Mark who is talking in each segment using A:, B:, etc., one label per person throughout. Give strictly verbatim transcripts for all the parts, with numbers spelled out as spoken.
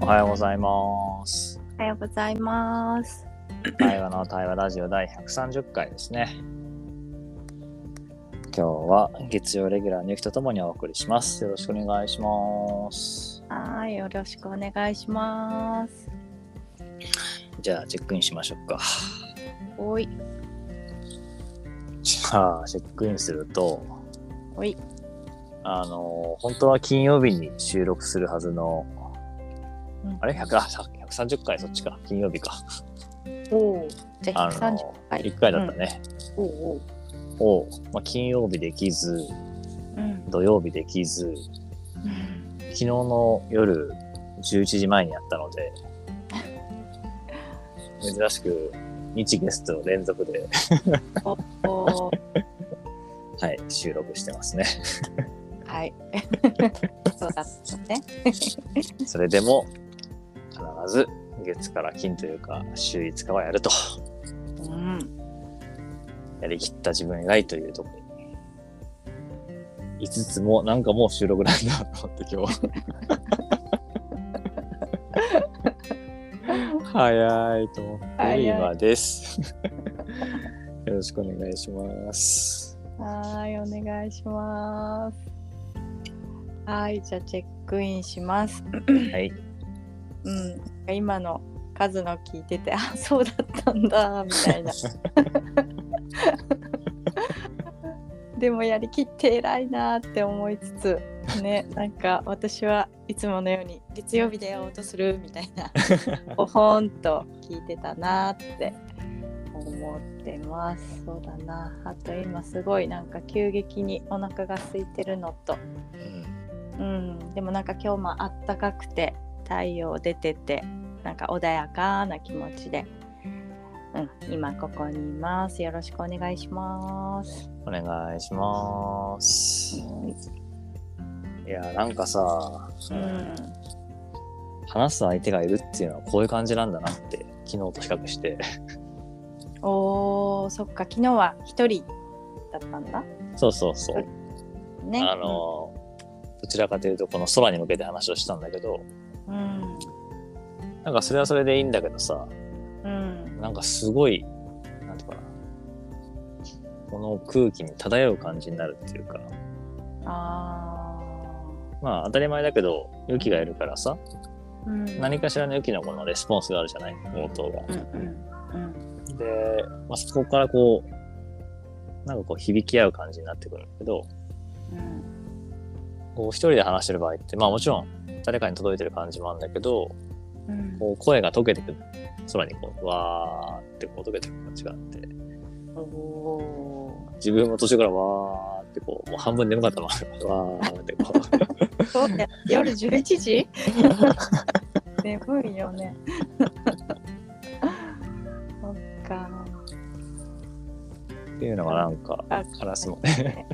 A: おはようございます。
B: おはようございます。
A: 対話の対話ラジオ第ひゃくさんじゅっかいですね。今日は月曜レギュラーのゆきとともにお送りします。よろしくお願いします。
B: はい、よろしくお願いします。
A: じゃあチェックインしましょうか。
B: おい。
A: じゃあチェックインすると、
B: おい。
A: あの本当は金曜日に収録するはずの、うん、あれひゃく、あ、ひゃくさんじゅっかいそっちか、金曜日か。
B: おお、じゃあひゃくさんじゅっかい。
A: いっかいだったね。
B: うん、おお。
A: を、まあ、金曜日できず、うん、土曜日できず、うん、昨日の夜じゅういちじまえにやったので珍しく日ゲスト連続で
B: おお
A: はい収録してますね
B: はいそうだったね
A: それでも必ず月から金というか週いつかはやると、うん、やりきった自分偉いというところにいつつもなんかもう収録なんだと思って今日早いと思って今ですよろしくお願いします。
B: はい、お願いします。はい、じゃあチェックインします
A: はい、
B: うん、今の数の聞いてて、あ、そうだったんだみたいなでもやりきって偉いなって思いつつね、なんか私はいつものように月曜日でやろうとするみたいなほほんと聞いてたなって思ってます。そうだな、あと今すごいなんか急激にお腹が空いてるのと、うん、でもなんか今日もあったかくて太陽出ててなんか穏やかな気持ちで、うん、今ここにいます。よろしくお願いします。
A: お願いします。いやなんかさ、うん、話す相手がいるっていうのはこういう感じなんだなって昨日と比較して
B: おー、そっか、昨日は一人だったんだ。
A: そうそうそうね、あの、うん、どちらかというとこの空に向けて話をしたんだけど、うん、なんかそれはそれでいいんだけどさ、うん、なんかすごいなんていうかな、この空気に漂う感じになるっていうか、あまあ当たり前だけどユキがいるからさ、うん、何かしらのユキのこのレスポンスがあるじゃない、応答が、うんうんうん、で、まあ、そこからこうなんかこう響き合う感じになってくるんだけど、うん、こう一人で話してる場合ってまあもちろん誰かに届いてる感じもあるんだけど、うん、こう声が溶けてくる、空にこうわーってこう溶けてくる感じがあって、お自分も途中からわーってこうもう半分眠かったままわーってこう
B: そうね、夜じゅういちじ眠いよねそっか
A: っていうのがなんかカラスもね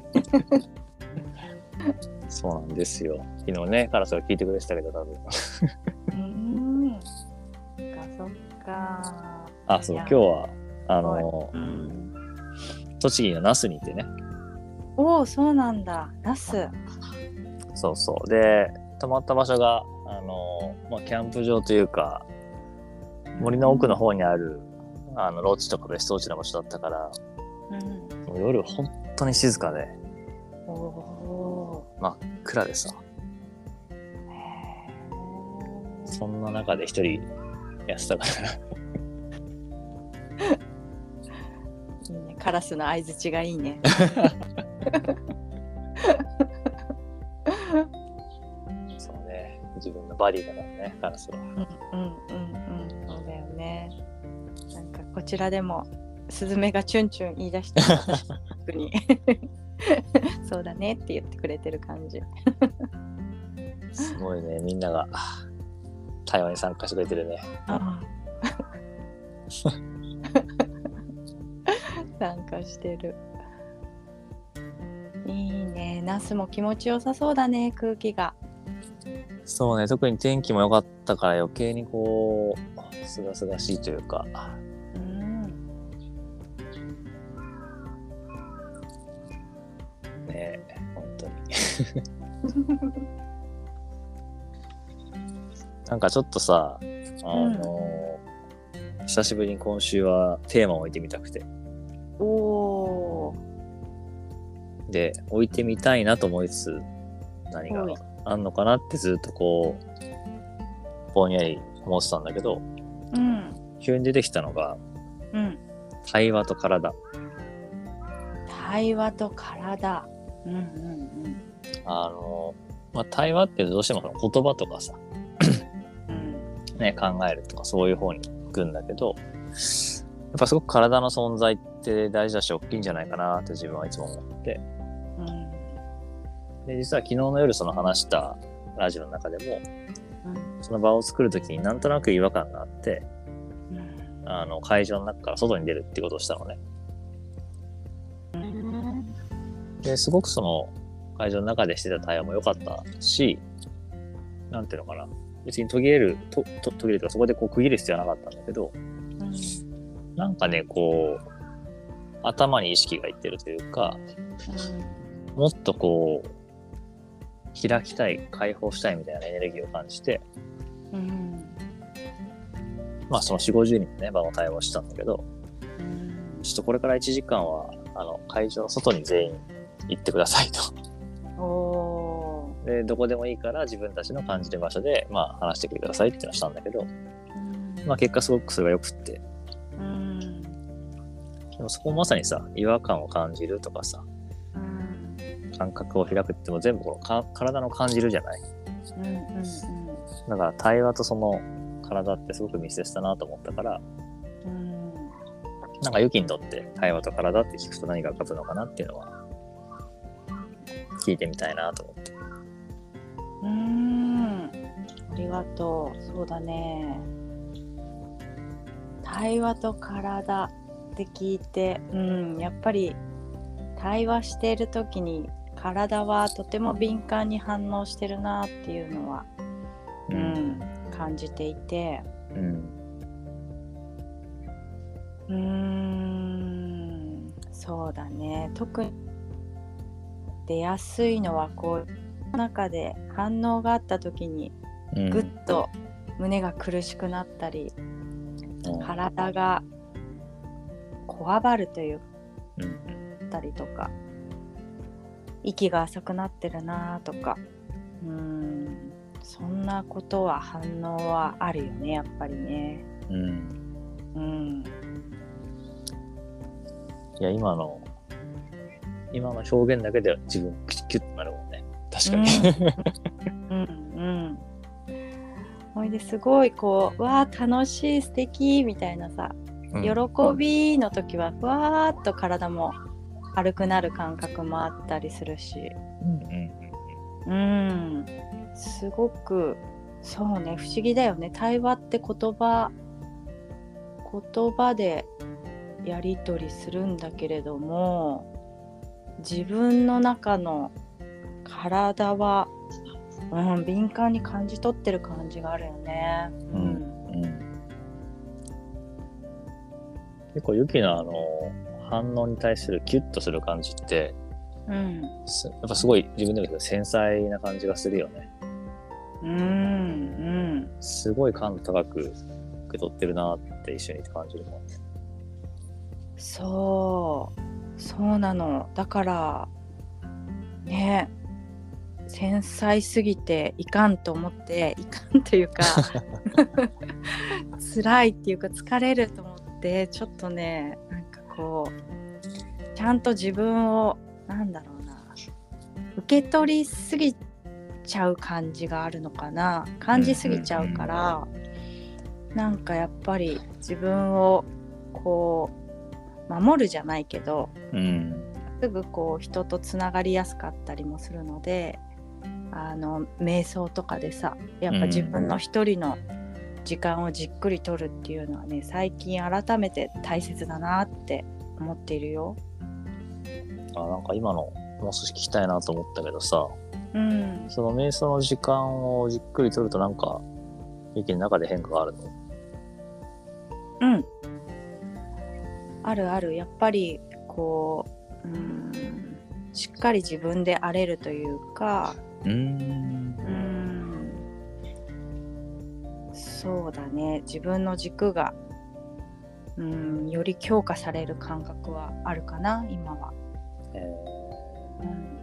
A: そうなんですよ。昨日ねカラスが聞いてくれてたけど多分
B: うんそっかそっか
A: あそう今日はあの、うん、栃木の那須にいてね。
B: おお、そうなんだ、那須。
A: そうそうで泊まった場所があの、まあ、キャンプ場というか森の奥の方にあるあのローチとか別荘地の場所だったから、うん、夜本当に静かで、お真っ暗でさ、へそんな中で一人やってたから
B: いいね、カラスの相槌がいいね
A: そうね、自分のバディだからね、カラスは。うんうんうん
B: うん、そうだよね。なんかこちらでもスズメがチュンチュン言い出してるにそうだねって言ってくれてる感じ
A: すごいね、みんなが対話に参加してくれてるね。あ
B: 参加してる。いいね、那須も気持ちよさそうだね、空気が。
A: そうね、特に天気も良かったから余計にこうすがすがしいというか、うん、ねえ本当になんかちょっとさ、あの、うん、久しぶりに今週はテーマを置いてみたくて。
B: お
A: ー。で、置いてみたいなと思いつつ、何があんのかなってずっとこう、ぼんやり思ってたんだけど、
B: うん、
A: 急に出てきたのが、
B: うん、
A: 対話と体。
B: 対話と体。うんうんうん。
A: あの、まあ、対話ってどうしてもその言葉とかさ、うん、ね、考えるとかそういう方に行くんだけど、やっぱすごく体の存在って大事だし大きいんじゃないかなって自分はいつも思って、うん、で実は昨日の夜その話したラジオの中でも、うん、その場を作るときになんとなく違和感があって、うん、あの会場の中から外に出るってことをしたのね。ですごくその会場の中でしてた対話も良かったし、なんていうのかな、別に途切れるとと途切れるとかそこでこう区切る必要はなかったんだけど、うん、なんかねこう頭に意識がいってるというか、うん、もっとこう開きたい解放したいみたいなエネルギーを感じて、うん、まあそのよんじゅうごじゅうにんのね場の対話をしたんだけど、うん、ちょっとこれからいちじかんはあの会場の外に全員行ってくださいと。おでどこでもいいから自分たちの感じる場所で、まあ、話してきてくださいっていうのをしたんだけど、うん、まあ結果すごくそれが良くって、うん、でもそこまさにさ違和感を感じるとかさ、うん、感覚を開くっても全部このか体の感じるじゃない、うんうんうん、だから対話とその体ってすごく密接だなと思ったから、うん、なんかユキにとって対話と体って聞くと何が浮かぶのかなっていうのは聞いてみたいなと思って。
B: うーん、ありがとう。そうだね。対話と体って聞いて、うん、やっぱり対話している時に体はとても敏感に反応してるなっていうのは、うんうん、感じていて、うん、うーん、そうだね。特に出やすいのはこう中で反応があった時にぐっと胸が苦しくなったり、うん、体がこわばるというたりとか、息が浅くなってるなとか、うーん、そんなことは反応はあるよね、やっぱりね。うん、うん、
A: いや今の今の表現だけで自分キュッとなるもんね。確かに。
B: うんうん、うん。ほいですごいこうわー楽しい素敵みたいなさ、うん、喜びの時はふわーっと体も軽くなる感覚もあったりするし、うんうん、うん、すごくそうね、不思議だよね。対話って言葉言葉でやり取りするんだけれども、自分の中の体は、うん、敏感に感じ取ってる感じがあるよね。うんうん、
A: 結構ユキのあの反応に対するキュッとする感じって、うん、やっぱすごい自分でも言うけど繊細な感じがするよね。うんうん、すごい感度高く受け取ってるなって一緒に感じるもんね。
B: そうそうなの。だからね、繊細すぎていかんと思っていかんというか辛いっていうか疲れると思ってちょっとね、なんかこうちゃんと自分をなんだろうな、受け取りすぎちゃう感じがあるのかな、感じすぎちゃうから、うん、なんかやっぱり自分をこう守るじゃないけど、うん、すぐこう人とつながりやすかったりもするので、あの瞑想とかでさ、やっぱ自分の一人の時間をじっくり取るっていうのはね、最近改めて大切だなって思っているよ。
A: あ、なんか今のもう少し聞きたいなと思ったけどさ、うん、その瞑想の時間をじっくり取るとなんか意見の中で変化があるの？
B: うん、あるある。やっぱりこう、うん、しっかり自分であれるというか、うーん、うーん、 ね、自分の軸がうんより強化される感覚はあるかな今は。えー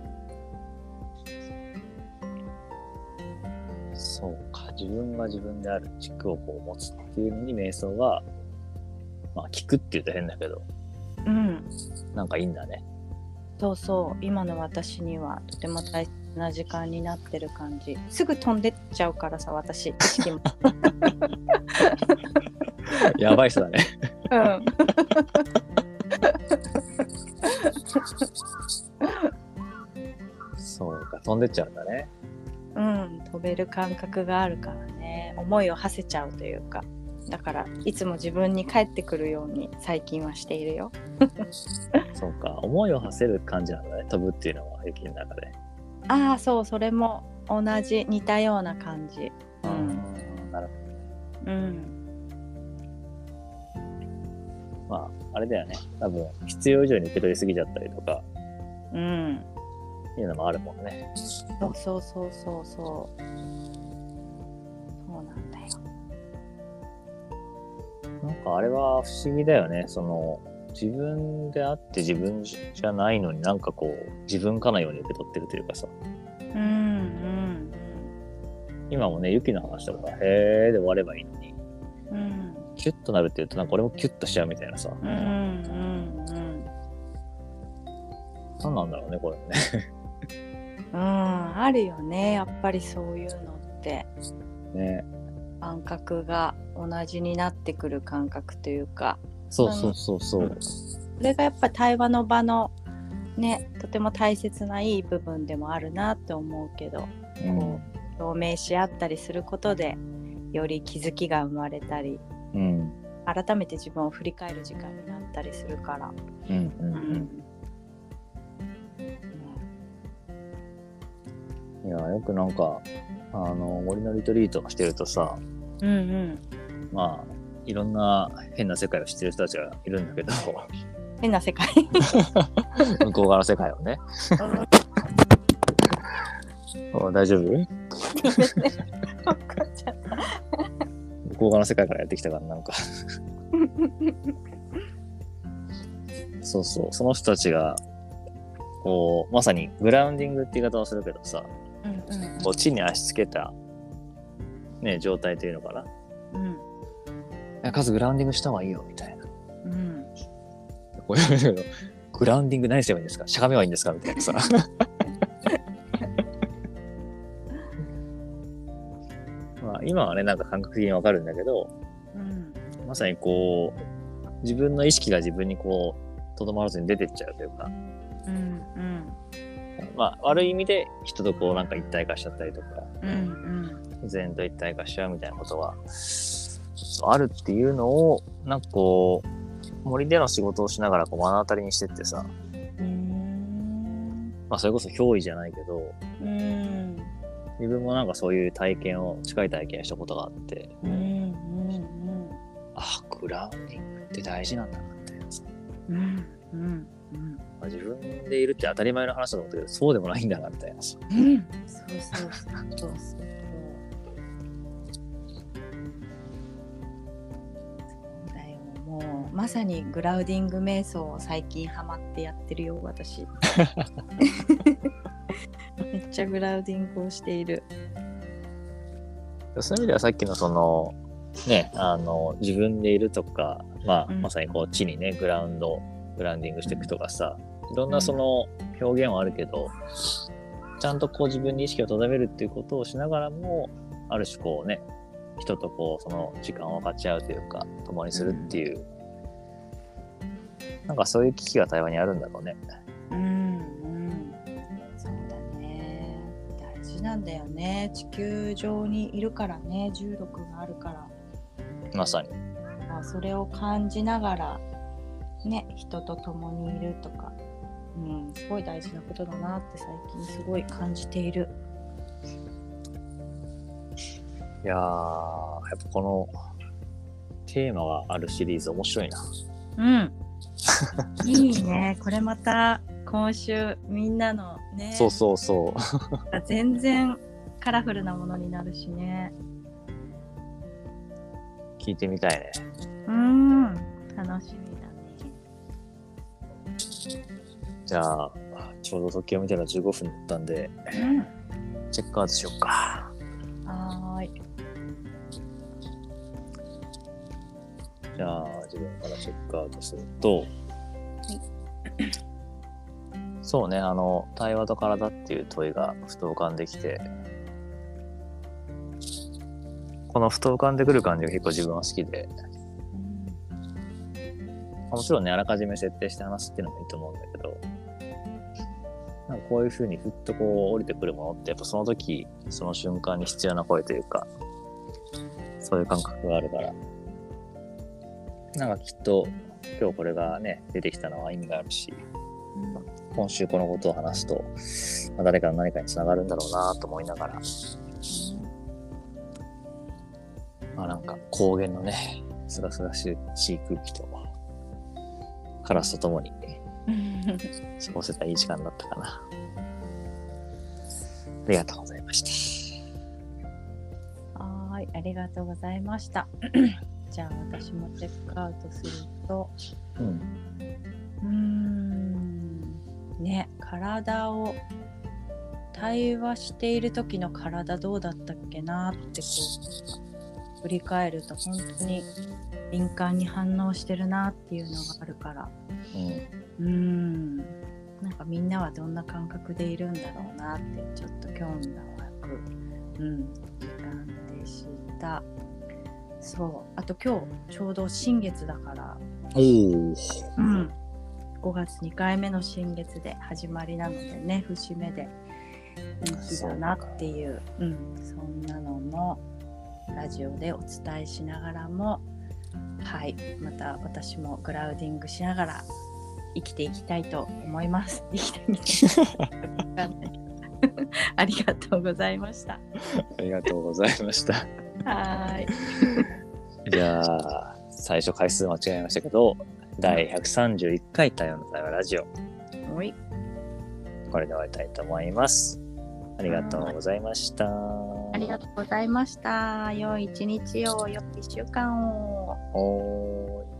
A: うん、そうか、自分が自分である軸をこう持つっていうのに瞑想が、まあ聞くって言うと変だけど、うん、なんかいいんだね。
B: そうそう、今の私にはとても大切な時間になってる感じ。すぐ飛んでっちゃうからさ、私意識も
A: やばい人だね。うん。そうか、飛んでっちゃうんだね。
B: うん、飛べる感覚があるからね、思いを馳せちゃうというか、だからいつも自分に返ってくるように最近はしているよ。
A: そうか、思いを馳せる感じなんだね、飛ぶっていうのは雪の中で。
B: ああ、そう、それも同じ似たような感じ。うん、
A: なるほど。うん。まああれだよね、多分必要以上に受け取りすぎちゃったりとか、うん、いうのもあるもんね。
B: そうそうそうそうそう。そうなんだよ。
A: なんかあれは不思議だよね。その自分であって自分じゃないのになんかこう自分かのように受け取ってるというかさ。うんうん。今もね、ユキの話とかへーで終わればいいのに、うん、キュッとなるって言うとなんか俺もキュッとしちゃうみたいなさ。うんうんうん。何なんだろうねこれね。
B: うん、あるよね、やっぱりそういうのってね、感覚が同じになってくる感覚というか、
A: そうそうそうそう、
B: それがやっぱ対話の場のね、とても大切ないい部分でもあるなって思うけど、うん、こう共鳴し合ったりすることでより気づきが生まれたり、うん、改めて自分を振り返る時間になったりするから、うんうんうん
A: うん、いやよくなんかあの森のリトリートをしてるとさ、うんうん、まあいろんな変な世界を知ってる人たちがいるんだけど、
B: 変な世界
A: 向こう側の世界をね大丈夫？向こう側の世界からやってきたからなんかそうそう、その人たちがこうまさにグラウンディングって言い方をするけどさ、うんうんうん、こう地に足つけた、ね、状態というのかな、うん、いや数グラウンディングした方がいいよみたいな、うん、こういうグラウンディング何すればいいんですか、しゃがめばいいんですかみたいなさまあ今はねなんか感覚的にわかるんだけど、うん、まさにこう自分の意識が自分にこうとどまらずに出てっちゃうというか、うんうん、まあ悪い意味で人とこうなんか一体化しちゃったりとか、うんうん、全と一体化しちゃうみたいなことはあるっていうのをなんかこう森での仕事をしながらこう目の当たりにしてってさ、うーん、まあそれこそ憑依じゃないけど、うーん、自分もなんかそういう体験を近い体験したことがあって、うんうんうん、あグラウンディングって大事なんだなみたいなさ、うんうんうん、まあ、自分でいるって当たり前の話だと思ったけどそうでもないんだなみたいなさ、うん、そうそうそうそうそう
B: だよ、もうまさにグラウディング瞑想を最近ハマってやってるよ私めっちゃグラウディングをしている。
A: そういう意味ではさっきのそのね、あの自分でいるとか、まあ、うん、まさにこう地にねグラウンドグラウンディングしていくとかさ、いろんなその表現はあるけど、うん、ちゃんとこう自分に意識を留めるっていうことをしながらもある種こうね人とこうその時間を分かち合うというか共にするっていう、うん、なんかそういう危機が対話にあるんだろうね。うん、うん、
B: そうだね、大事なんだよね、地球上にいるからね、重力があるから、
A: まさに
B: それを感じながらね、人と共にいるとか、うん、すごい大事なことだなって最近すごい感じている。
A: いやー、やっぱこのテーマがあるシリーズ面白いな。うん
B: いいね、これまた今週みんなのね、
A: そうそうそう
B: 全然カラフルなものになるしね。
A: 聞いてみたいね。
B: うん、楽しみだね。
A: じゃあちょうど時計を見たらじゅうごふんだったんで、うん、チェックアウトしようか。
B: はーい。
A: じゃあ自分からチェックアウトすると、はい、そうね、あの対話と体っていう問いがふと浮かんできて、このふと浮かんでくる感じが結構自分は好きで、うん、もちろんねあらかじめ設定して話すっていうのもいいと思うんだけど、なんかこういう風にふっとこう降りてくるものってやっぱその時その瞬間に必要な声というか、そういう感覚があるから、なんかきっと今日これがね出てきたのは意味があるし、うん、今週このことを話すと、まあ、誰かの何かにつながるんだろうなと思いながら、まあなんか高原のねすがすがしい空気とカラスとともに過ごせたいい時間だったかな。ありがとうございました。
B: はい、ありがとうございました。じゃあ私もチェックアウトすると、うん、うーんね、体を対話している時の体どうだったっけなってこう振り返ると本当に敏感に反応してるなっていうのがあるから、うん、うーんなんかみんなはどんな感覚でいるんだろうなってちょっと興味が湧く、うん、時間でした。そう、あと今日ちょうど新月だから、
A: おー、
B: うん、ごがつにかいめの新月で始まりなのでね、節目でいい日だなっていう、うん、そんなのもラジオでお伝えしながらも、はい、また私もグラウディングしながら生きていきたいと思います。生きていきたいありがとうございました。
A: ありがとうございました。
B: はい。
A: じゃあ最初回数間違えましたけど、だいひゃくさんじゅういっかい太陽の対話ラジオ、
B: おい、
A: これで終わりたいと思います。ありがとうございました。
B: ありがとうございました。良い一日を、良い一週間を。
A: おーい。